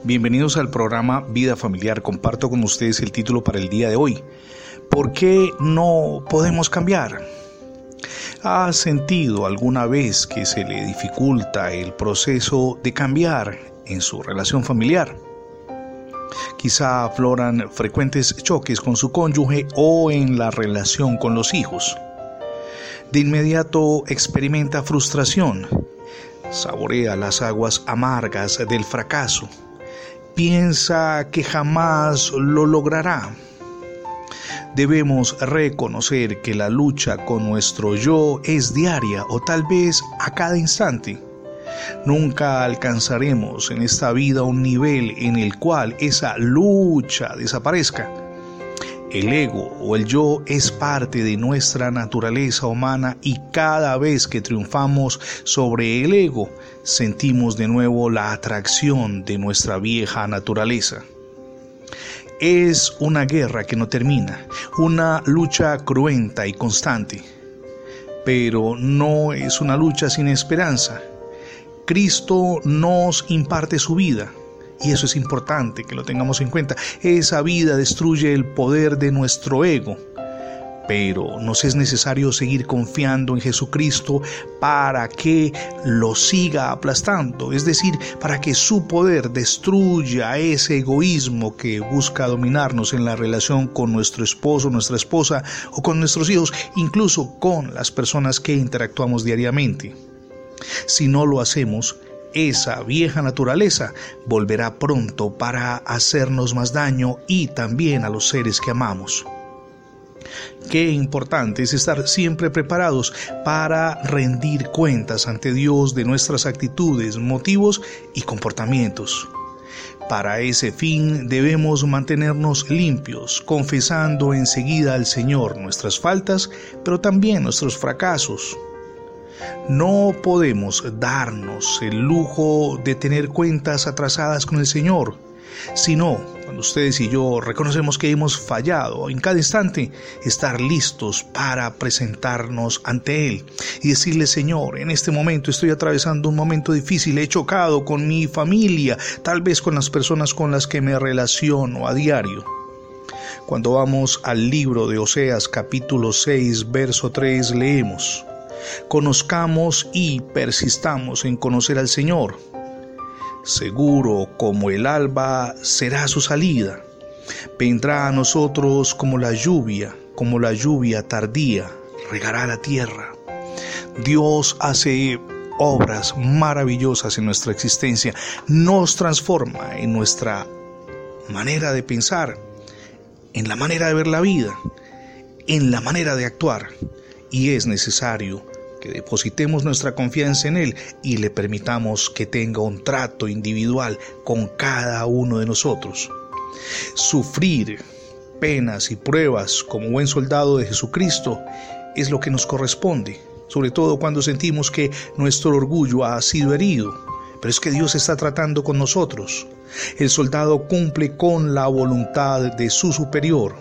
Bienvenidos al programa Vida Familiar. Comparto con ustedes el título para el día de hoy. ¿Por qué no podemos cambiar? ¿Ha sentido alguna vez que se le dificulta el proceso de cambiar en su relación familiar? Quizá afloran frecuentes choques con su cónyuge o en la relación con los hijos. De inmediato experimenta frustración, saborea las aguas amargas del fracaso, piensa que jamás lo logrará. Debemos reconocer que la lucha con nuestro yo es diaria o tal vez a cada instante. Nunca alcanzaremos en esta vida un nivel en el cual esa lucha desaparezca. El ego o el yo es parte de nuestra naturaleza humana y cada vez que triunfamos sobre el ego, sentimos de nuevo la atracción de nuestra vieja naturaleza. Es una guerra que no termina, una lucha cruenta y constante, pero no es una lucha sin esperanza. Cristo nos imparte su vida. Y eso es importante que lo tengamos en cuenta. Esa vida destruye el poder de nuestro ego. Pero nos es necesario seguir confiando en Jesucristo para que lo siga aplastando. Es decir, para que su poder destruya ese egoísmo que busca dominarnos en la relación con nuestro esposo, nuestra esposa o con nuestros hijos, incluso con las personas que interactuamos diariamente. Si no lo hacemos, esa vieja naturaleza volverá pronto para hacernos más daño y también a los seres que amamos. Qué importante es estar siempre preparados para rendir cuentas ante Dios de nuestras actitudes, motivos y comportamientos. Para ese fin debemos mantenernos limpios, confesando enseguida al Señor nuestras faltas, pero también nuestros fracasos. No podemos darnos el lujo de tener cuentas atrasadas con el Señor, sino cuando ustedes y yo reconocemos que hemos fallado, en cada instante estar listos para presentarnos ante Él y decirle: Señor, en este momento estoy atravesando un momento difícil, he chocado con mi familia, tal vez con las personas con las que me relaciono a diario. Cuando vamos al libro de Oseas capítulo 6, verso 3, leemos: Conozcamos y persistamos en conocer al Señor. Seguro como el alba será su salida. Vendrá a nosotros como la lluvia tardía, regará la tierra. Dios hace obras maravillosas en nuestra existencia, nos transforma en nuestra manera de pensar, en la manera de ver la vida, en la manera de actuar, y es necesario que depositemos nuestra confianza en Él y le permitamos que tenga un trato individual con cada uno de nosotros. Sufrir penas y pruebas como buen soldado de Jesucristo es lo que nos corresponde, sobre todo cuando sentimos que nuestro orgullo ha sido herido. Pero es que Dios está tratando con nosotros. El soldado cumple con la voluntad de su superior.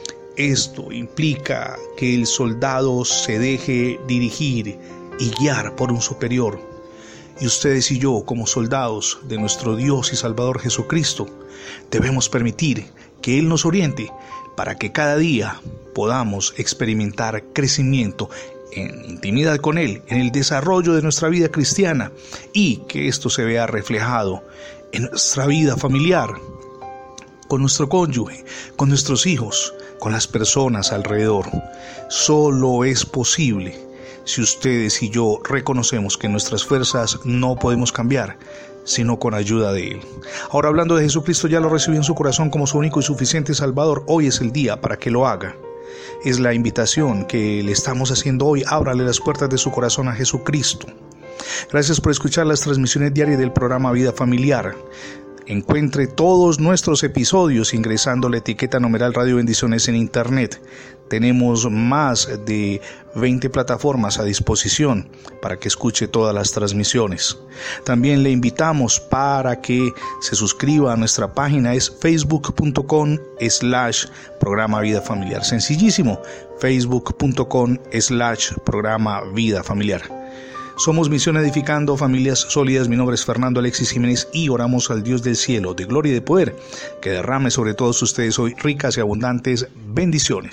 Esto implica que el soldado se deje dirigir y guiar por un superior. Y ustedes y yo, como soldados de nuestro Dios y Salvador Jesucristo, debemos permitir que Él nos oriente para que cada día podamos experimentar crecimiento en intimidad con Él, en el desarrollo de nuestra vida cristiana, y que esto se vea reflejado en nuestra vida familiar, con nuestro cónyuge, con nuestros hijos, con las personas alrededor. Solo es posible si ustedes y yo reconocemos que nuestras fuerzas no podemos cambiar, sino con ayuda de Él. Ahora, hablando de Jesucristo, ya lo recibió en su corazón como su único y suficiente Salvador. Hoy es el día para que lo haga. Es la invitación que le estamos haciendo hoy. Ábrale las puertas de su corazón a Jesucristo. Gracias por escuchar las transmisiones diarias del programa Vida Familiar. Encuentre todos nuestros episodios ingresando la etiqueta numeral Radio Bendiciones en Internet. Tenemos más de 20 plataformas a disposición para que escuche todas las transmisiones. También le invitamos para que se suscriba a nuestra página. Es facebook.com/programa Vida Familiar. Sencillísimo, facebook.com/programa Vida Familiar. Somos Misión Edificando Familias Sólidas. Mi nombre es Fernando Alexis Jiménez y oramos al Dios del cielo, de gloria y de poder, que derrame sobre todos ustedes hoy ricas y abundantes bendiciones.